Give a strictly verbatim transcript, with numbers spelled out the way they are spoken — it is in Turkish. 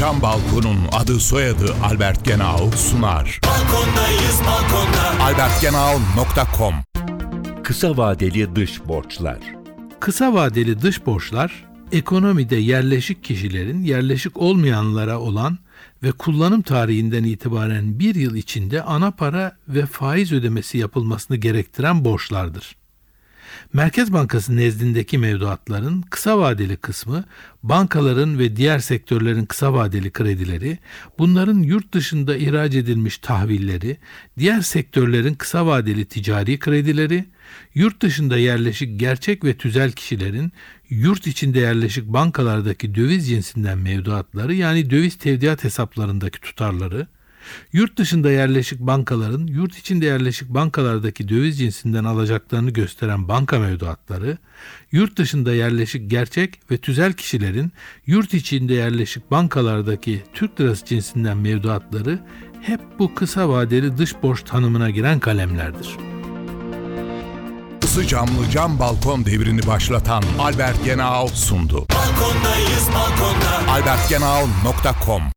Cam Balkon'un adı soyadı Albert Genau sunar. Balkondayız balkonda. albert genau nokta com. Kısa vadeli dış borçlar. Kısa vadeli dış borçlar, ekonomide yerleşik kişilerin yerleşik olmayanlara olan ve kullanım tarihinden itibaren bir yıl içinde ana para ve faiz ödemesi yapılmasını gerektiren borçlardır. Merkez Bankası nezdindeki mevduatların kısa vadeli kısmı, bankaların ve diğer sektörlerin kısa vadeli kredileri, bunların yurt dışında ihraç edilmiş tahvilleri, diğer sektörlerin kısa vadeli ticari kredileri, yurt dışında yerleşik gerçek ve tüzel kişilerin yurt içinde yerleşik bankalardaki döviz cinsinden mevduatları yani döviz tevdiat hesaplarındaki tutarları, yurt dışında yerleşik bankaların yurt içinde yerleşik bankalardaki döviz cinsinden alacaklarını gösteren banka mevduatları, yurt dışında yerleşik gerçek ve tüzel kişilerin yurt içinde yerleşik bankalardaki Türk lirası cinsinden mevduatları hep bu kısa vadeli dış borç tanımına giren kalemlerdir. Isı camlı cam balkon devrini başlatan Albert Genau sundu. Balkondayız balkonda. albert genau nokta com